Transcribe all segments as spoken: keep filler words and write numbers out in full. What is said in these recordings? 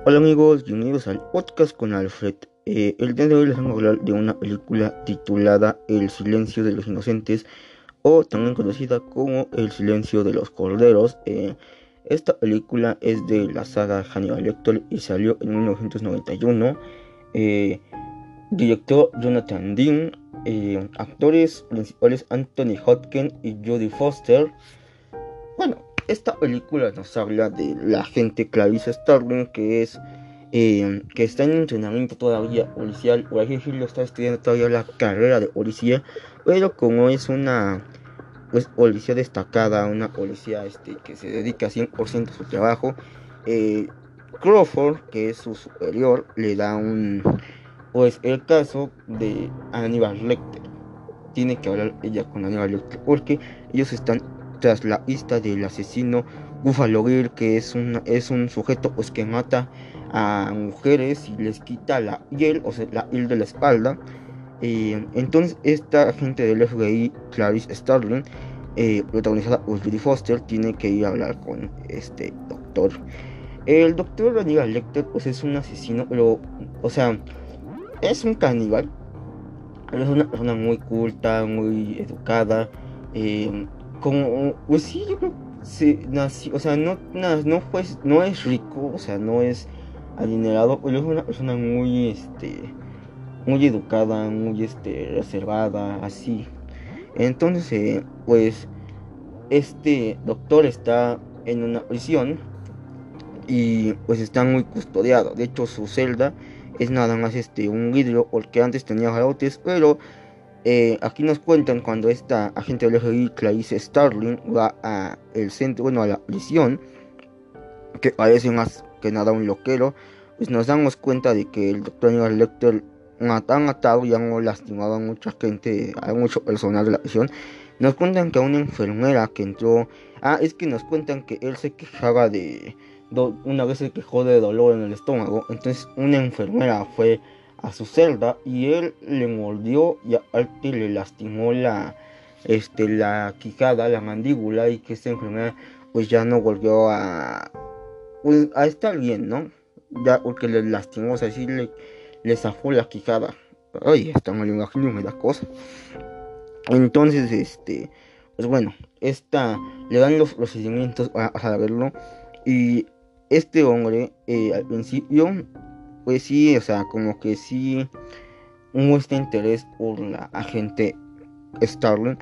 Hola amigos, bienvenidos al podcast con Alfred. Eh, el día de hoy les vamos a hablar de una película titulada El silencio de los inocentes, o también conocida como El silencio de los corderos. Eh, esta película es de la saga Hannibal Lecter y salió en mil novecientos noventa y uno. Eh, director Jonathan Demme, eh, actores principales Anthony Hopkins y Jodie Foster. Bueno, esta película nos habla de la agente Clarice Starling, que es eh, que está en entrenamiento todavía policial, por así decirlo, está estudiando todavía la carrera de policía, pero como es una pues policía destacada, una policía este, que se dedica cien por ciento a su trabajo, eh, Crawford, que es su superior, le da un pues el caso de Hannibal Lecter. Tiene que hablar ella con Hannibal Lecter porque ellos están tras la pista del asesino Buffalo Bill, que es un, es un sujeto pues que mata a mujeres y les quita la piel, o sea, la piel de la espalda. Eh, entonces esta agente del F B I, Clarice Starling, eh, protagonizada por Jodie Foster, tiene que ir a hablar con este doctor. El doctor Hannibal Lecter pues es un asesino, pero, o sea, es un caníbal, pero es una persona muy culta, muy educada, eh, como, pues sí, yo creo que se nació, o sea, no, no, no, fue, no es rico, o sea, no es adinerado, pero es una persona muy, este, muy educada, muy, este, reservada, así. Entonces, eh, pues, este doctor está en una prisión y, pues, está muy custodiado. De hecho, su celda es nada más, este, un vidrio, porque antes tenía jarotes, pero Eh, aquí nos cuentan cuando esta agente del F B I, Clarice Starling, va a el centro, bueno, a la prisión, que parece más que nada un loquero, pues nos damos cuenta de que el doctor Hannibal Lecter ha matado y han lastimado a mucha gente, a mucho personal de la prisión. Nos cuentan que a una enfermera que entró, ah, es que nos cuentan que él se quejaba de, do, una vez se quejó de dolor en el estómago, entonces una enfermera fue a su celda y él le mordió y aparte le lastimó la, este, la quijada, la mandíbula, y que esta enfermera pues ya no volvió a, pues, a estar bien, ¿no? Ya porque le lastimó, o sea, sí le, le zafó la quijada. Ay, hasta me lo imagino, me da cosa. Entonces, este, pues bueno, esta, le dan los procedimientos a, a saberlo. Y este hombre, eh, al principio, pues sí, o sea, como que sí muestra interés por la agente Starling.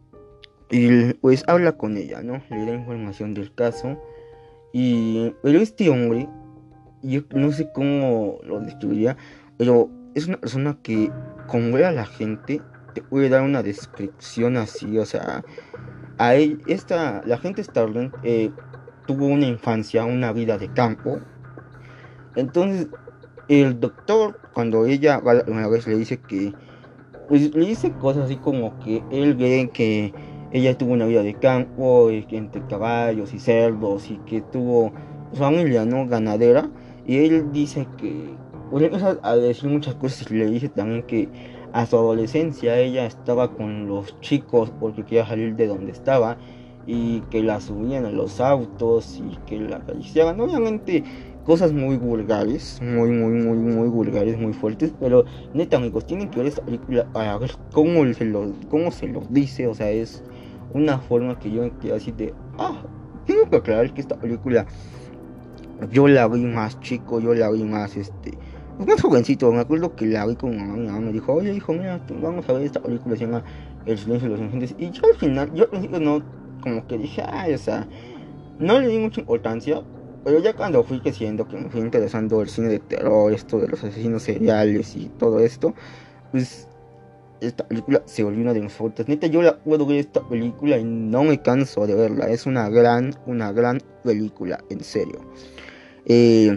Y pues habla con ella, ¿no? Le da información del caso. Y, pero este hombre, yo no sé cómo lo describiría, pero es una persona que, como ve a la gente, te puede dar una descripción así, o sea, a él, esta, la gente Starling eh, tuvo una infancia, una vida de campo. Entonces, el doctor, cuando ella va la primera vez, le dice que, pues le dice cosas así como que él ve que ella tuvo una vida de campo, y que entre caballos y cerdos, y que tuvo familia, ¿no? Ganadera. Y él dice que, pues empieza a decir muchas cosas, y le dice también que a su adolescencia ella estaba con los chicos porque quería salir de donde estaba, y que la subían a los autos y que la acariciaban. Obviamente cosas muy vulgares, muy, muy, muy, muy vulgares, muy fuertes, pero neta amigos, tienen que ver esta película para ver cómo se los, cómo se los dice, o sea, es una forma que yo me quedé así de, ah, tengo que aclarar que esta película yo la vi más chico, yo la vi más, este, pues más jovencito. Me acuerdo que la vi con mi mamá, mi mamá me dijo, oye hijo, mira, vamos a ver esta película, se llama El silencio de los inocentes, y yo al final, yo al principio no, como que dije, ay, o sea, no le di mucha importancia, pero ya cuando fui creciendo, que me fui interesando el cine de terror, esto de los asesinos seriales y todo esto, pues esta película se volvió una de mis favoritas. Neta, yo la puedo ver esta película y no me canso de verla. Es una gran, una gran película, en serio. Eh,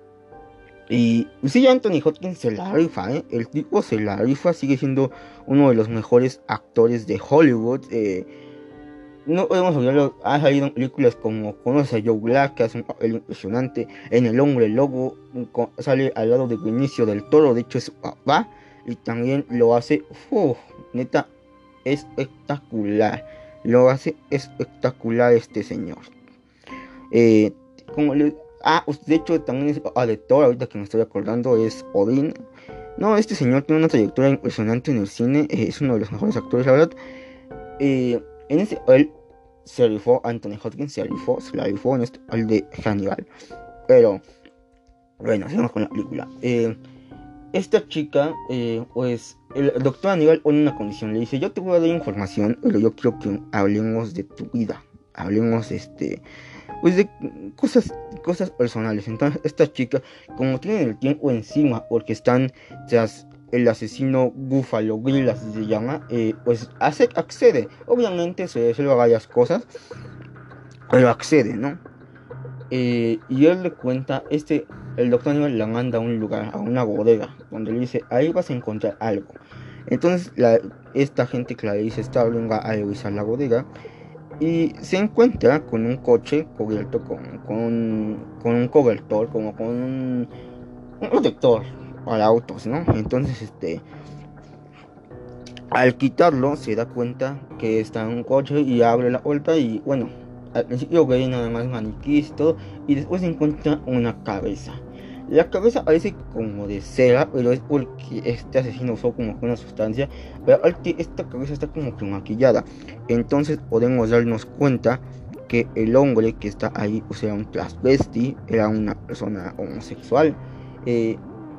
y sí, Anthony Hopkins se la rifa, ¿eh? El tipo se la rifa, sigue siendo uno de los mejores actores de Hollywood. Eh, no podemos olvidarlo, ha salido en películas como Conoce a Joe Black, que hace un papel impresionante. En El Hombre Lobo, sale al lado de Benicio del Toro, de hecho es su papá. Y también lo hace, uff, neta, espectacular. Lo hace espectacular este señor. Eh, como le, Ah, pues, de hecho también es ah, de Thor, ahorita que me estoy acordando, es Odín. No, este señor tiene una trayectoria impresionante en el cine, eh, es uno de los mejores actores, la verdad. Eh, en este, él se rifó, Anthony Hopkins se rifó, se la rifó en este, el de Hannibal. Pero, bueno, sigamos con la película. Eh, esta chica, eh, pues, el doctor Hannibal pone una condición, le dice, yo te voy a dar información, pero yo quiero que hablemos de tu vida, hablemos, este... pues de cosas, cosas personales. Entonces esta chica, como tienen el tiempo encima, porque están tras el asesino Buffalo Grill, así se llama, eh, pues hace, accede. Obviamente se reserva varias cosas, pero accede, ¿no? Eh, y él le cuenta, este, el doctor Aníbal la manda a un lugar, a una bodega, donde le dice, ahí vas a encontrar algo. Entonces la, esta gente que le dice, está venga a revisar la bodega, y se encuentra con un coche cubierto con, con, con un cobertor, como con un, un protector para autos, ¿no? Entonces, este, al quitarlo, se da cuenta que está en un coche y abre la puerta y, bueno, al principio ve nada más maniquís y todo, y después encuentra una cabeza. La cabeza parece como de cera, pero es porque este asesino usó como que una sustancia, pero esta cabeza está como que maquillada. Entonces podemos darnos cuenta que el hombre que está ahí, o sea, un transvesti, era una persona homosexual. Eh,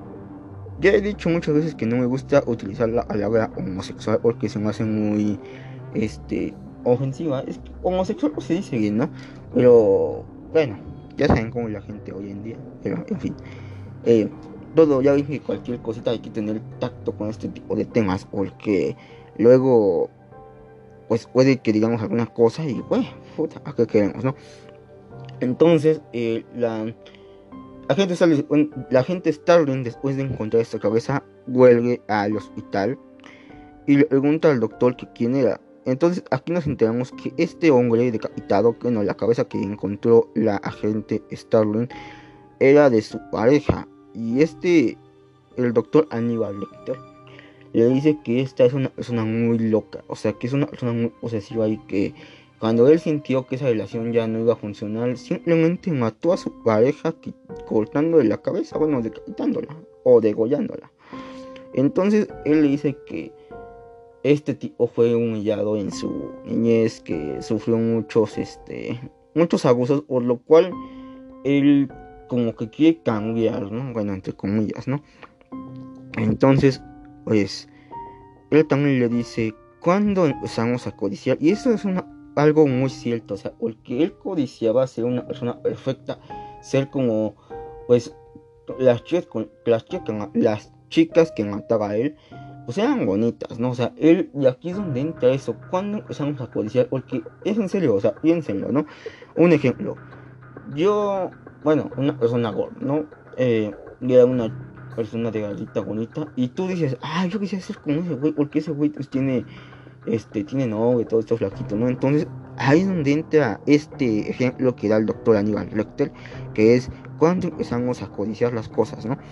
ya he dicho muchas veces que no me gusta utilizar la palabra homosexual porque se me hace muy, este, ofensiva. Es que homosexual pues se dice bien, ¿no? Pero, bueno, ya saben cómo es la gente hoy en día. Pero, en fin. Eh, todo, ya dije, cualquier cosita hay que tener tacto con este tipo de temas. Porque luego, pues puede que digamos alguna cosa y, bueno, puta, ¿a qué queremos, no? Entonces, eh, la... La gente, sale, la gente Starling, después de encontrar esta cabeza, vuelve al hospital y le pregunta al doctor que quién era. Entonces aquí nos enteramos que este hombre decapitado, que no, la cabeza que encontró la agente Starling, era de su pareja. Y este, el doctor Aníbal Lecter, le dice que esta es una persona muy loca, o sea, que es una persona muy posesiva y que cuando él sintió que esa relación ya no iba a funcionar, simplemente mató a su pareja cortándole la cabeza, bueno, decapitándola o degollándola. Entonces él le dice que este tipo fue humillado en su niñez, que sufrió muchos, este, muchos abusos, por lo cual él como que quiere cambiar, ¿no? Bueno, entre comillas, ¿no? Entonces, pues, él también le dice, ¿cuándo empezamos a codiciar? Y eso es una algo muy cierto, o sea, porque él codiciaba ser una persona perfecta, ser como, pues, las chicas, las chicas, las chicas que mataba a él, pues eran bonitas, ¿no? O sea, él, y aquí es donde entra eso, cuando empezamos a codiciar, porque es en serio, o sea, piénsenlo, ¿no? Un ejemplo, yo, bueno, una persona gorda, ¿no? Eh, era una persona de gallita bonita, y tú dices, ah, yo quisiera ser como ese güey, porque ese güey pues tiene... Este, tiene novio y todo esto flaquito, ¿no? Entonces, ahí es donde entra este ejemplo que da el doctor Aníbal Lecter, que es cuando empezamos a codiciar las cosas, ¿no?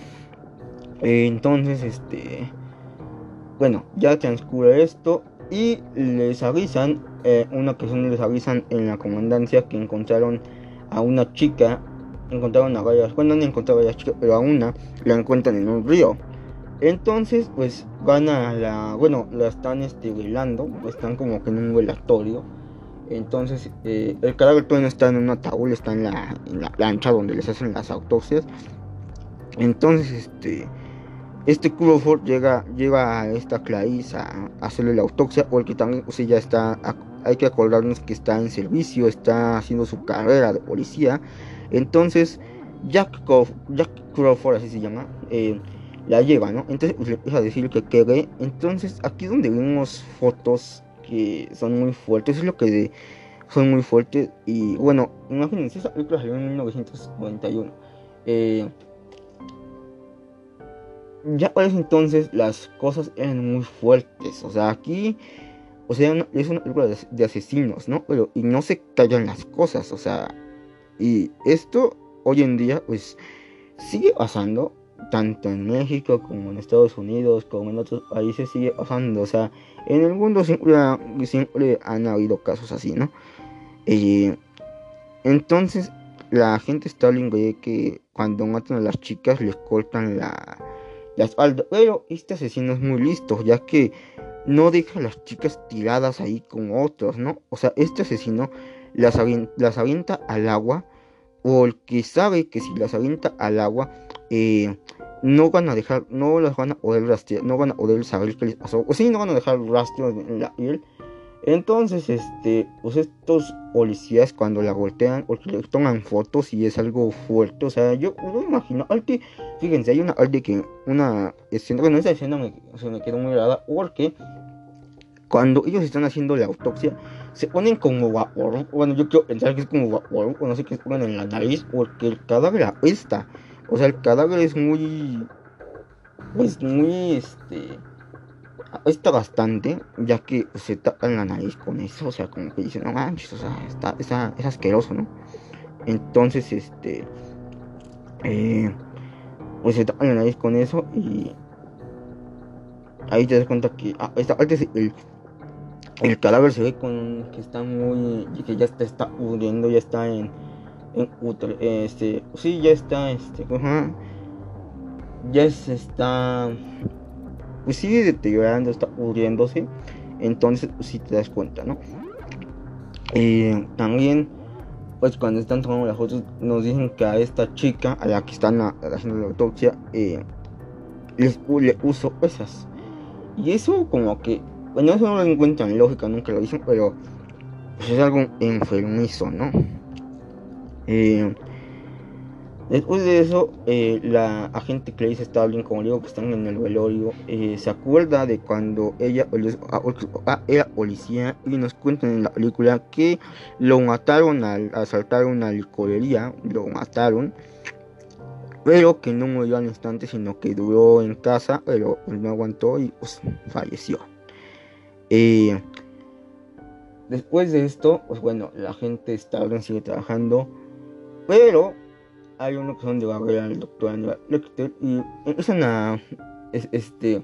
Eh, entonces, este, bueno, ya transcurre esto y les avisan, eh, una ocasión les avisan en la comandancia que encontraron a una chica, encontraron a varias, bueno, no encontraron a varias chicas, pero a una la encuentran en un río. Entonces, pues van a la, bueno, la están este, velando, están como que en un velatorio. Entonces, eh, el cadáver todavía no está en un ataúd, está en la, en la plancha donde les hacen las autopsias. Entonces, este, este Crawford llega, lleva a esta Clarice a, a hacerle la autopsia, porque también, o sea, ya está, a, hay que acordarnos que está en servicio, está haciendo su carrera de policía. Entonces, Jack Crawford, Jack Crawford así se llama, eh, la lleva, ¿no? Entonces pues, le empieza a decir que quede. Entonces aquí es donde vemos fotos que son muy fuertes, es lo que de, son muy fuertes. Y bueno, imagínense, esa película salió en mil novecientos noventa y uno. Eh, ya para ese entonces las cosas eran muy fuertes. O sea, aquí, o sea, una, es una película de, de asesinos, ¿no? Pero y no se callan las cosas, o sea, y esto hoy en día pues sigue pasando. Tanto en México como en Estados Unidos como en otros países sigue pasando, o sea, en el mundo siempre, siempre han habido casos así, ¿no? Eh, entonces, la gente Starling ve que cuando matan a las chicas les cortan la, la espalda, pero este asesino es muy listo, ya que no deja a las chicas tiradas ahí con otros, ¿no? O sea, este asesino las, avien- las avienta al agua, porque sabe que si las avienta al agua, eh, no van a dejar, no las van a poder rastrear, no van a poder saber qué les pasó, o sí, no van a dejar rastros en la piel. Entonces, este, pues estos policías cuando la voltean, porque le toman fotos y es algo fuerte, o sea, yo no me imagino, alte, fíjense, hay una, alte que, una escena, bueno, esa escena me, se me quedó muy grabada, porque cuando ellos están haciendo la autopsia, se ponen como vapor, bueno, yo quiero pensar que es como vapor, o no sé qué se ponen en la nariz, porque el cadáver apesta, o sea, el cadáver es muy, pues muy, este, apesta bastante, ya que se tapan la nariz con eso, o sea, como que dicen, no manches, o sea, está, está, es asqueroso, ¿no? Entonces, este, eh, pues se tapan la nariz con eso y ahí te das cuenta que ah, esta parte es el, el cadáver se ve con que está muy, que ya está, está pudriendo, ya está en, en útero, este, sí, ya está, este, ajá, ya se está, pues sigue deteriorando, está pudriéndose, entonces pues, sí te das cuenta, ¿no? Eh, también, pues cuando están tomando las fotos, nos dicen que a esta chica, a la que están a, haciendo la autopsia, eh, les, le puso esas. Y eso como que, bueno, eso no lo encuentran lógica, nunca lo dicen, pero pues es algo enfermizo, ¿no? Eh, Después de eso, eh, la agente Clarice Starling, como digo, que están en el velorio, eh, se acuerda de cuando ella era policía y nos cuentan en la película que lo mataron al asaltar una licorería, lo mataron, pero que no murió al instante, sino que duró en casa, pero pues, no aguantó y pues falleció. Eh, después de esto, pues bueno, la agente Starling sigue trabajando, pero hay una ocasión de va a ver al doctor Aníbal Lecter y empiezan a es, este,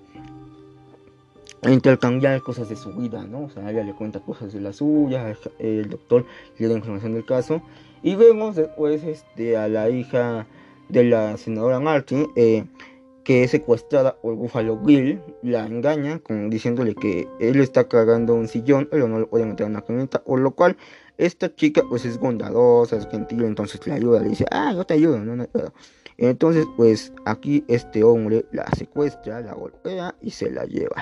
a intercambiar cosas de su vida, ¿no? O sea, ella le cuenta cosas de la suya, el doctor le da información del caso y vemos después este, a la hija de la senadora Martin, eh, que es secuestrada por Buffalo Bill, la engaña con, diciéndole que él está cargando un sillón, pero no lo puede meter en una camioneta, por lo cual esta chica pues es bondadosa, es gentil, entonces le ayuda, le dice, ah, yo te ayudo, no, no, no. Entonces pues aquí este hombre la secuestra, la golpea y se la lleva.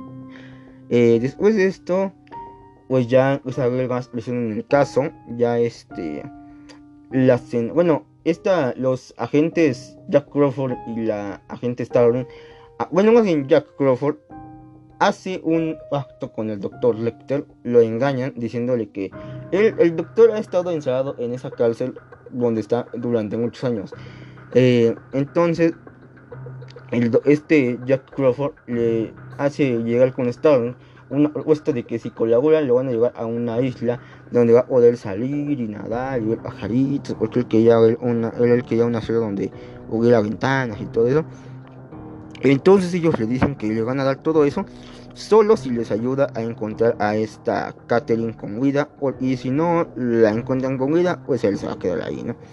Eh, después de esto, pues ya empieza a haber más presión en el caso, ya este, la bueno, esta, los agentes Jack Crawford y la agente Starling, ah, bueno, más bien Jack Crawford hace un pacto con el doctor Lecter, lo engañan diciéndole que él, el doctor ha estado encerrado en esa cárcel donde está durante muchos años. Eh, entonces, el, este Jack Crawford le hace llegar con Starling una propuesta de que si colaboran lo van a llevar a una isla donde va a poder salir y nadar y ver pajaritos, porque él quería ver una, él quería una ciudad donde hubiera ventanas y todo eso. Entonces ellos le dicen que le van a dar todo eso solo si les ayuda a encontrar a esta Catherine con vida, y si no la encuentran con vida, pues él se va a quedar ahí, ¿no?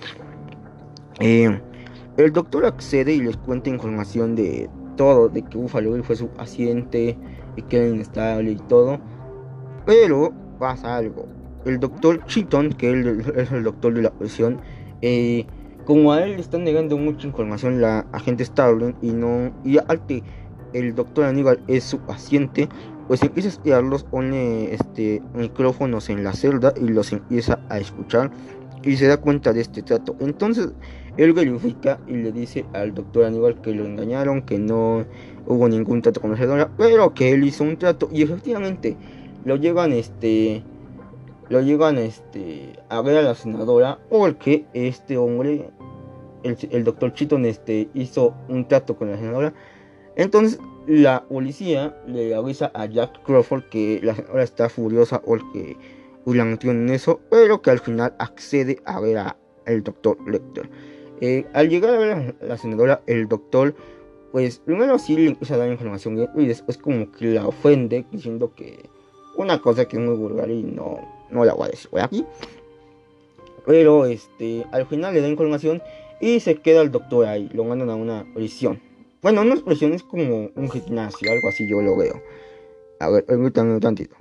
Eh, el doctor accede y les cuenta información de todo, de que Buffalo Bill fue su paciente y que era inestable y todo, pero pasa algo. El doctor Cheaton, que él es el doctor de la prisión, eh, como a él le están negando mucha información la agente Starling y no y al que el doctor Aníbal es su paciente, pues empieza a espiarlos, pone este micrófonos en la celda y los empieza a escuchar y se da cuenta de este trato. Entonces él verifica y le dice al doctor Aníbal que lo engañaron, que no hubo ningún trato con la senadora, pero que él hizo un trato y efectivamente lo llevan este lo llevan este a ver a la senadora porque este hombre, el, el doctor Cheaton, este hizo un trato con la senadora. Entonces la policía le avisa a Jack Crawford que la senadora está furiosa porque planteó en eso, pero que al final accede a ver a el doctor Lecter. Eh, al llegar a ver a la senadora, el doctor pues primero sí le empieza a dar información y después como que la ofende diciendo que una cosa que es muy vulgar y no, no la voy a decir por aquí. Pero este, al final le da información y se queda el doctor ahí, lo mandan a una prisión. Bueno, no es prisión, es como un gimnasio, algo así yo lo veo. A ver, permítanme un tantito.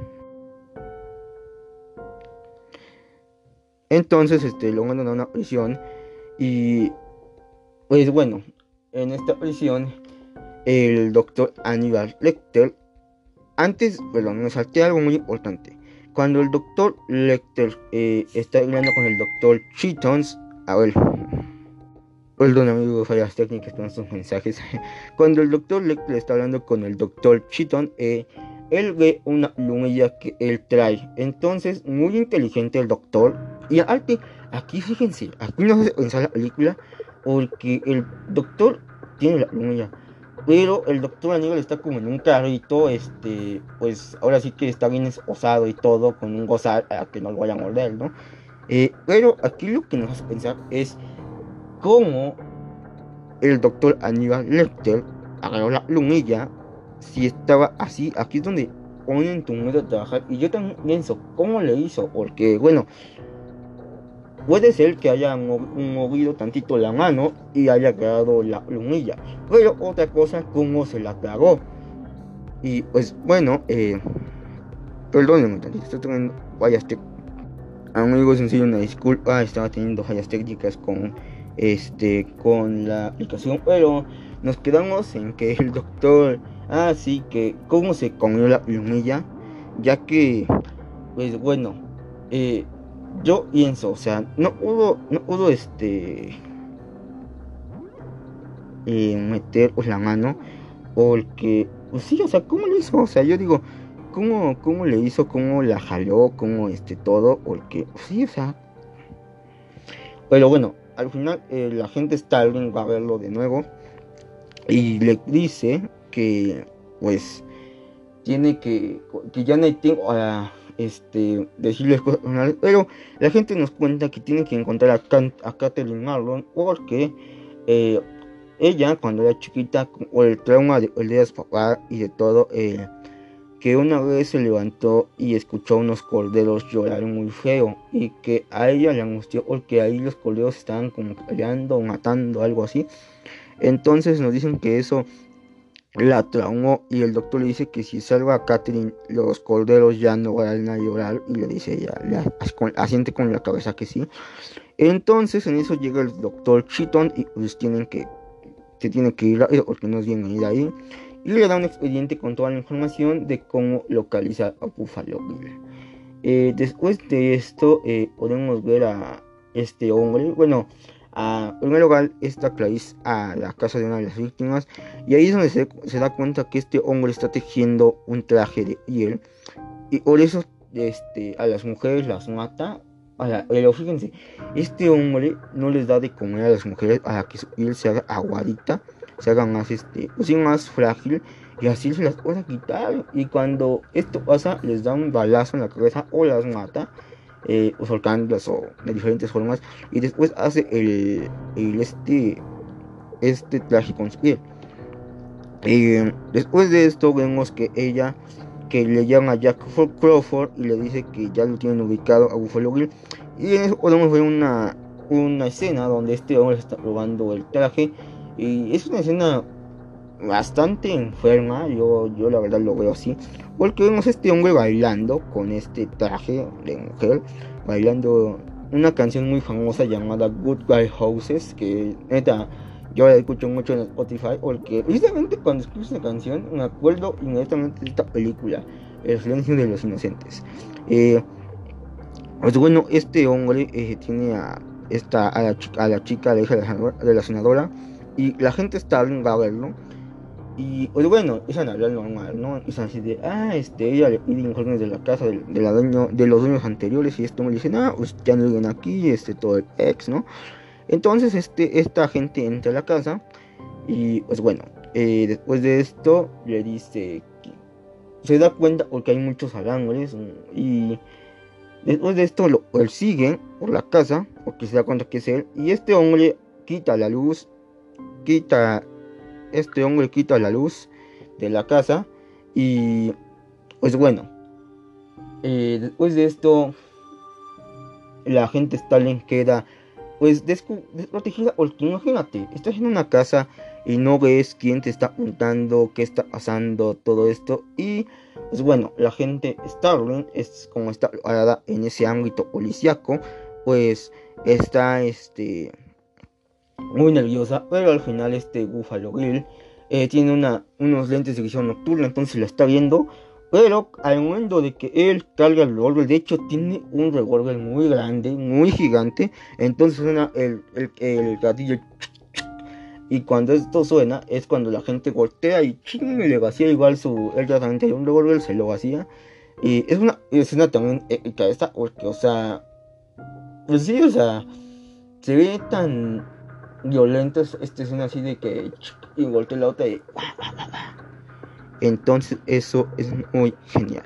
Entonces, este, lo mandan a una prisión y, pues bueno, en esta prisión, el doctor Aníbal Lecter, antes, perdón, me salté algo muy importante. Cuando el doctor Lecter eh, está hablando con el doctor Cheatons, a ver, perdón amigos, fallas técnicas con estos mensajes. Cuando el doctor Lecter está hablando con el doctor Cheaton, eh, él ve una lunilla que él trae. Entonces, muy inteligente el doctor. Y aparte, aquí fíjense, aquí no se pensar la película, porque el doctor tiene la lunilla, pero el doctor Aníbal está como en un carrito, este, pues ahora sí que está bien esposado y todo, con un gozar a que no lo vayan a morder, ¿no? Eh, pero aquí lo que nos hace pensar es cómo el doctor Aníbal Lecter agarró la lunilla si estaba así. Aquí es donde ponen tu miedo a trabajar. Y yo también pienso, ¿cómo le hizo? Porque, bueno, puede ser que haya movido tantito la mano y haya agarrado la lunilla. Pero otra cosa, ¿cómo se la tragó? Y pues, bueno, eh, perdónenme tantito, estoy teniendo fallas técnicas. Amigos, en serio, una disculpa, estaba teniendo fallas técnicas con este con la aplicación, pero nos quedamos en que el doctor, ah sí, que cómo se comió la lunilla, ya que, pues bueno, eh, yo pienso, o sea, no pudo, no pudo este eh, meter pues, la mano, porque, pues sí, o sea, ¿cómo lo hizo? O sea, yo digo, ¿cómo, cómo le hizo? ¿Cómo la jaló? ¿Cómo este todo? Porque, pues, sí, o sea, pero bueno, al final eh, la gente Starling va a verlo de nuevo y le dice que pues tiene que, que ya no hay tiempo para este, decirles cosas personales, pero la gente nos cuenta que tiene que encontrar a, Can a Catherine Marlon porque eh, ella cuando era chiquita, o el trauma de, el de su papá y de todo, eh, que una vez se levantó y escuchó a unos corderos llorar muy feo y que a ella le angustió porque ahí los corderos estaban como peleando, matando, algo así. Entonces nos dicen que eso la traumó y el doctor le dice que si salva a Catherine los corderos ya no van a llorar y le dice ella, le asiente con la cabeza que sí. Entonces en eso llega el doctor Cheaton y pues tienen que, se tiene que ir porque no es bien ir ahí. Y le da un expediente con toda la información de cómo localizar a Buffalo Bill. Eh, después de esto eh, podemos ver a este hombre, bueno, a, en primer lugar está Clarice a la casa de una de las víctimas y ahí es donde se, se da cuenta que este hombre está tejiendo un traje de piel y por eso este, a las mujeres las mata. La, pero fíjense, este hombre no les da de comer a las mujeres a la que su piel se haga aguadita, se haga más, este, pues, más frágil y así se las puede quitar. Y cuando esto pasa, les da un balazo en la cabeza o las mata, eh, soltándolas o de diferentes formas. Y después hace el, el este, este traje con su piel. Eh, después de esto, vemos que ella, que le llama a Jack Crawford y le dice que ya lo tienen ubicado a Buffalo Bill. Y en eso podemos ver una, una escena donde este hombre está probando el traje. Y es una escena bastante enferma, yo, yo la verdad lo veo así, porque vemos a este hombre bailando con este traje de mujer, bailando una canción muy famosa llamada Good Guy Houses, que neta yo la escucho mucho en Spotify, porque precisamente cuando escucho esta canción me acuerdo inmediatamente de esta película, El silencio de los inocentes. Eh, pues bueno, este hombre eh, tiene a esta a la, a la chica, la hija de la, de la senadora, y la gente está va a verlo. Y pues bueno, empiezan a hablar normal, ¿no? Empiezan así de, ah, este, ella le pide informes de la casa de, de, la dueño, de los dueños anteriores y esto me dicen, ah, pues ya no viven aquí, este, todo el ex, ¿no? Entonces, este, esta gente entra a la casa y pues bueno, eh, después de esto le dice que se da cuenta porque hay muchos alambres y después de esto lo persiguen por la casa porque se da cuenta que es él y este hombre quita la luz, quita... Este hombre quita la luz de la casa y pues bueno, eh, después de esto la gente Stalin queda pues descu- desprotegida, porque imagínate, estás en una casa y no ves quién te está apuntando, qué está pasando, todo esto. Y pues bueno, la gente Stalin es como está parada en ese ámbito policíaco, pues está este muy nerviosa, pero al final este Buffalo Bill eh, tiene una, unos lentes de visión nocturna, entonces la está viendo. Pero al momento de que él carga el revólver, de hecho tiene un revólver muy grande, muy gigante, entonces suena el, el, el gatillo. Y cuando esto suena es cuando la gente voltea y ching, le vacía igual su... Él ya también tenía un revólver, se lo vacía. Y es una escena también épica esta, porque o sea... Pues sí, o sea... Se ve tan violento esta escena así de que... Y voltea la otra y... Entonces eso es muy genial.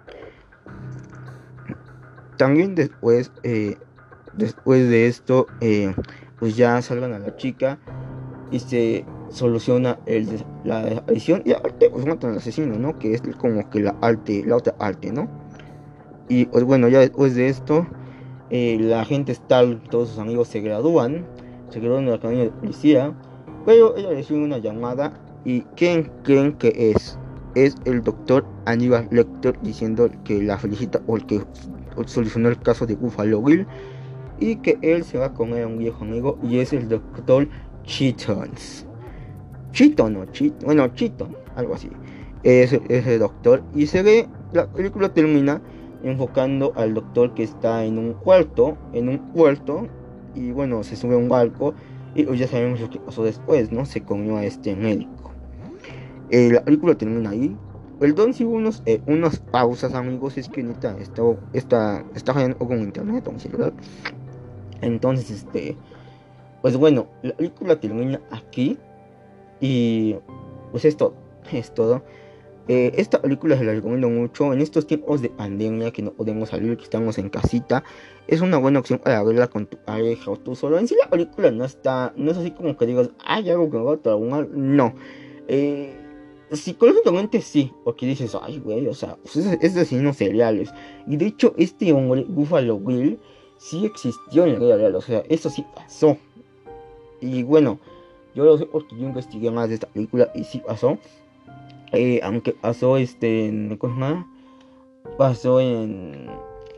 También después, eh, después de esto, eh, pues ya salgan a la chica y se soluciona el, la desaparición. Y aparte, pues matan al asesino, ¿no? Que es como que la arte, la otra arte, ¿no? Y pues bueno, ya después de esto, eh, la gente está, todos sus amigos se gradúan, se gradúan de la academia de policía, pero ella recibe una llamada y ¿quién creen que es? Es el doctor Aníbal Lecter diciendo que la felicita porque solucionó el caso de Buffalo Bill y que él se va a comer a un viejo amigo y es el doctor Cheatons. Chito, no, Chito, bueno, Chito, algo así. Es ese doctor y se ve, la película termina enfocando al doctor que está en un cuarto, en un puerto y bueno, se sube a un barco y pues ya sabemos lo que pasó después, ¿no? Se comió a este médico. Eh, la película termina ahí. Perdón si hubo unos, eh, unas pausas, amigos, es que ahorita está, está, está fallando con internet o mi celular. Entonces, este, pues bueno, la película termina aquí y pues es todo, es todo. Eh, esta película se la recomiendo mucho en estos tiempos de pandemia que no podemos salir, que estamos en casita. Es una buena opción para verla con tu pareja o tú solo. En sí la película no está, no es así como que digas, hay algo que me va a traumar. No. Eh, psicológicamente sí, porque dices, ay güey, o sea, pues es, es de asesinos seriales. Y de hecho este hombre, Buffalo Bill, sí existió en la vida real, o sea, eso sí pasó. Y bueno, yo lo sé porque yo investigué más de esta película y sí pasó. Eh, aunque pasó este en, ¿cómo se llama? Pasó en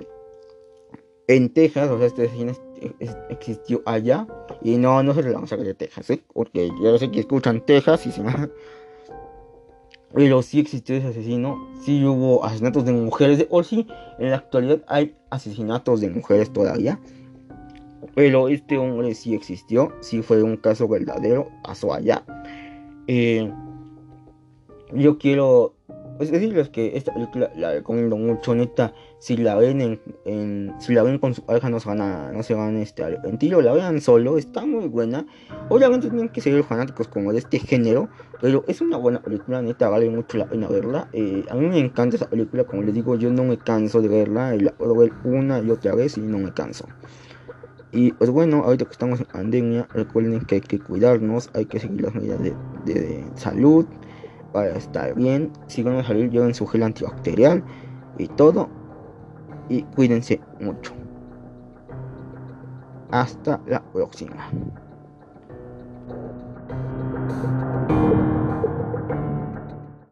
en Texas, o sea, este asesino existió allá. Y no, no se le vamos a de Texas, ¿eh? Porque yo sé que escuchan Texas y se me... Pero sí existió ese asesino, sí hubo asesinatos de mujeres, o sí, en la actualidad hay asesinatos de mujeres todavía. Pero este hombre sí existió, sí fue un caso verdadero, pasó allá. Eh, yo quiero pues, decirles que esta película la recomiendo mucho, neta. Si la ven en, en si la ven con su pareja no se van a, no se van este, a arrepentir, o la vean solo, está muy buena. Obviamente tienen que ser fanáticos como de este género, pero es una buena película, neta, vale mucho la pena verla. Eh, a mí me encanta esa película, como les digo, yo no me canso de verla, y la puedo ver una y otra vez y no me canso. Y pues bueno, ahorita que estamos en pandemia, recuerden que hay que cuidarnos, hay que seguir las medidas de, de, de salud para estar bien. Si van a salir, lleven su gel antibacterial y todo. Y cuídense mucho. Hasta la próxima.